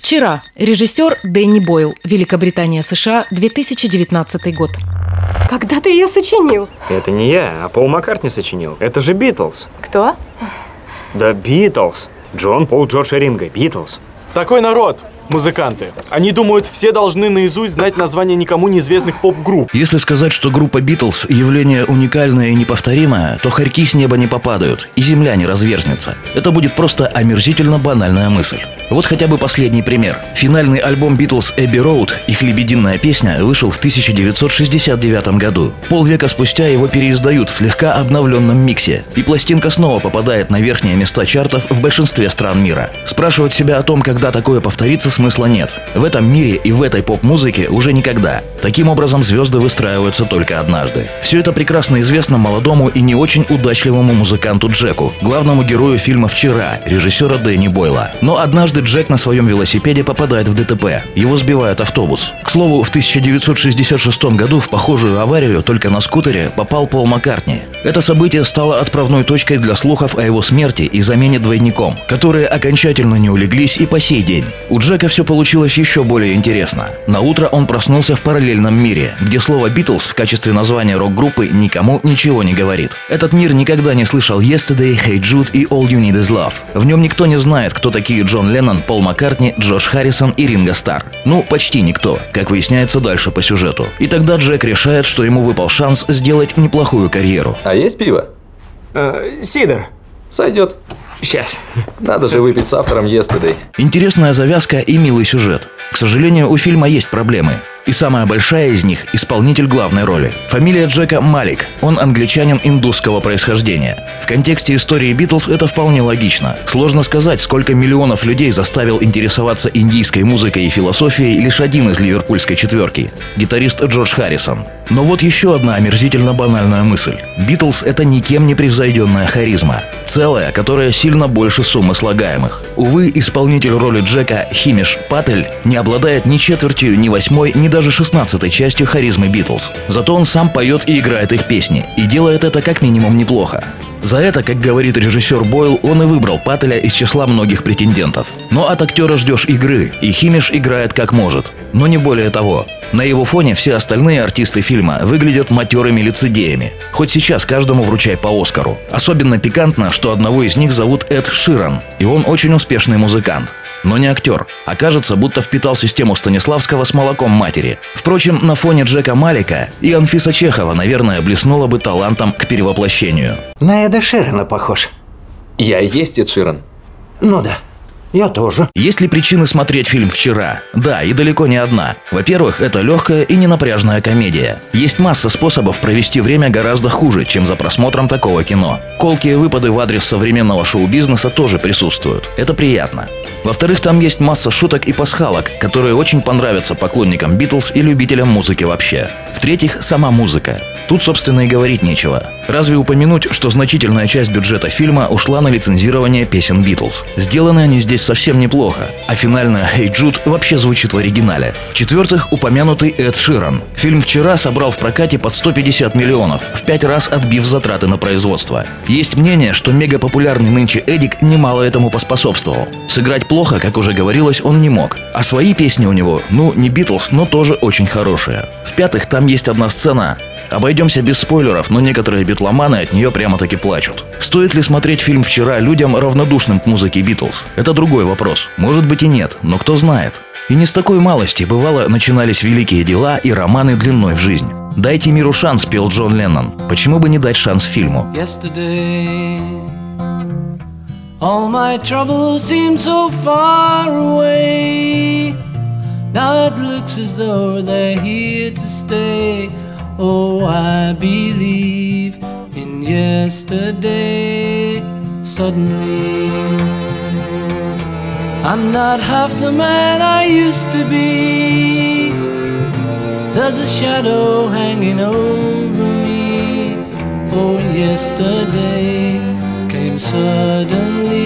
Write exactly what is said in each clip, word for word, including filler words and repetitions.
«Вчера». Режиссер Дэнни Бойл. Великобритания, США, две тысячи девятнадцатый год. Когда ты ее сочинил? Это не я, а Пол Маккартни сочинил. Это же Битлз. Кто? Да Битлз. Джон, Пол, Джордж и Ринго. Битлз. Такой народ, музыканты. Они думают, все должны наизусть знать названия никому неизвестных поп-групп. Если сказать, что группа Битлз – явление уникальное и неповторимое, то хорьки с неба не попадают, и земля не разверзнется. Это будет просто омерзительно банальная мысль. Вот хотя бы последний пример. Финальный альбом Битлз «Эбби Роуд», их лебединая песня, вышел в тысяча девятьсот шестьдесят девятом году. Полвека спустя его переиздают в слегка обновленном миксе, и пластинка снова попадает на верхние места чартов в большинстве стран мира. Спрашивать себя о том, когда такое повторится, смысла нет. В этом мире и в этой поп-музыке уже никогда. Таким образом, звезды выстраиваются только однажды. Все это прекрасно известно молодому и не очень удачливому музыканту Джеку, главному герою фильма «Вчера» режиссера Дэнни Бойла. Но однажды Джек на своем велосипеде попадает в ДТП. Его сбивает автобус. К слову, в тысяча девятьсот шестьдесят шестом году в похожую аварию только на скутере попал Пол Маккартни. Это событие стало отправной точкой для слухов о его смерти и замене двойником, которые окончательно не улеглись и по сей день. У Джека все получилось еще более интересно. На утро он проснулся в параллельном мире, где слово «Битлз» в качестве названия рок-группы никому ничего не говорит. Этот мир никогда не слышал «Yesterday», «Hey Jude» и «All You Need Is Love». В нем никто не знает, кто такие Джон Леннон, Пол Маккартни, Джош Харрисон и Ринго Старр. Ну, почти никто, как выясняется дальше по сюжету. И тогда Джек решает, что ему выпал шанс сделать неплохую карьеру. А есть пиво? Э, сидр. Сойдет. Сейчас. Надо же выпить с автором «Yesterday». Интересная завязка и милый сюжет. К сожалению, у фильма есть проблемы. И самая большая из них – исполнитель главной роли. Фамилия Джека Малик. Он англичанин индусского происхождения. В контексте истории Битлз это вполне логично. Сложно сказать, сколько миллионов людей заставил интересоваться индийской музыкой и философией лишь один из ливерпульской четверки – гитарист Джордж Харрисон. Но вот еще одна омерзительно банальная мысль. Битлз – это никем не превзойденная харизма. Целая, которая сильно больше суммы слагаемых. Увы, исполнитель роли Джека Химиш Патель не обладает ни четвертью, ни восьмой, ни даже шестнадцатой частью харизмы Битлз. Зато он сам поет и играет их песни. И делает это как минимум неплохо. За это, как говорит режиссер Бойл, он и выбрал Пателя из числа многих претендентов. Но от актера ждешь игры, и Химиш играет как может. Но не более того. На его фоне все остальные артисты фильма выглядят матерыми лицедеями. Хоть сейчас каждому вручай по Оскару. Особенно пикантно, что одного из них зовут Эд Ширан, и он очень успешный музыкант. Но не актер, а кажется, будто впитал систему Станиславского с молоком матери. Впрочем, на фоне Джека Малика и Анфиса Чехова, наверное, блеснула бы талантом к перевоплощению. На Эда Ширана похож. Я и есть Эд Ширан. Ну да. Я тоже. Есть ли причины смотреть фильм «Вчера»? Да, и далеко не одна. Во-первых, это легкая и ненапряжная комедия. Есть масса способов провести время гораздо хуже, чем за просмотром такого кино. Колкие выпады в адрес современного шоу-бизнеса тоже присутствуют. Это приятно. Во-вторых, там есть масса шуток и пасхалок, которые очень понравятся поклонникам Битлз и любителям музыки вообще. В-третьих, сама музыка. Тут, собственно, и говорить нечего. Разве упомянуть, что значительная часть бюджета фильма ушла на лицензирование песен Битлз. Сделаны они здесь совсем неплохо, а финальная «Hey Jude» вообще звучит в оригинале. В-четвертых, упомянутый Эд Ширан. Фильм «Вчера» собрал в прокате под сто пятьдесят миллионов, в пять раз отбив затраты на производство. Есть мнение, что мегапопулярный нынче Эдик немало этому поспособствовал. Сыграть плохо, как уже говорилось, он не мог. А свои песни у него, ну, не Битлз, но тоже очень хорошие. В-пятых, там есть одна сцена. Обойдемся без спойлеров, но некоторые битломаны от нее прямо-таки плачут. Стоит ли смотреть фильм «Вчера» людям, равнодушным к музыке Битлз? Это другой вопрос. Может быть и нет, но кто знает. И не с такой малости, бывало, начинались великие дела и романы длиной в жизнь. «Дайте миру шанс», пел Джон Леннон. Почему бы не дать шанс фильму? All my troubles seem so far away. Now it looks as though they're here to stay. Oh, I believe in yesterday. Suddenly, I'm not half the man I used to be. There's a shadow hanging over me. Oh, yesterday came suddenly.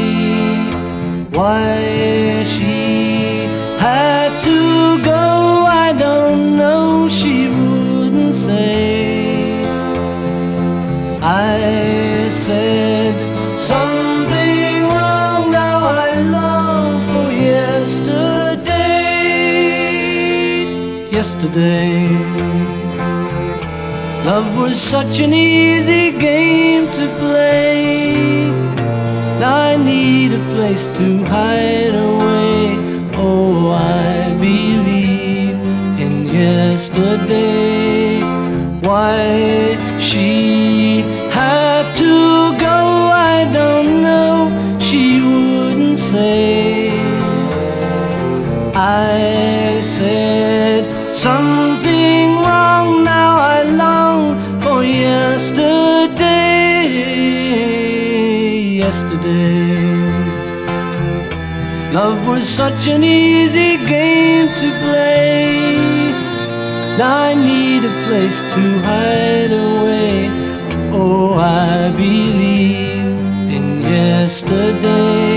Why she had to go, I don't know, she wouldn't say. I said something wrong, now I long for yesterday. yesterday. Love was such an easy game to play. Now I need a place to hide away. Oh, I believe in yesterday. Why she had to go, I don't know. She wouldn't say. I said something wrong. Now I long for yesterday. Yesterday. Love was such an easy game to play. Now I need a place to hide away. Oh, I believe in yesterday.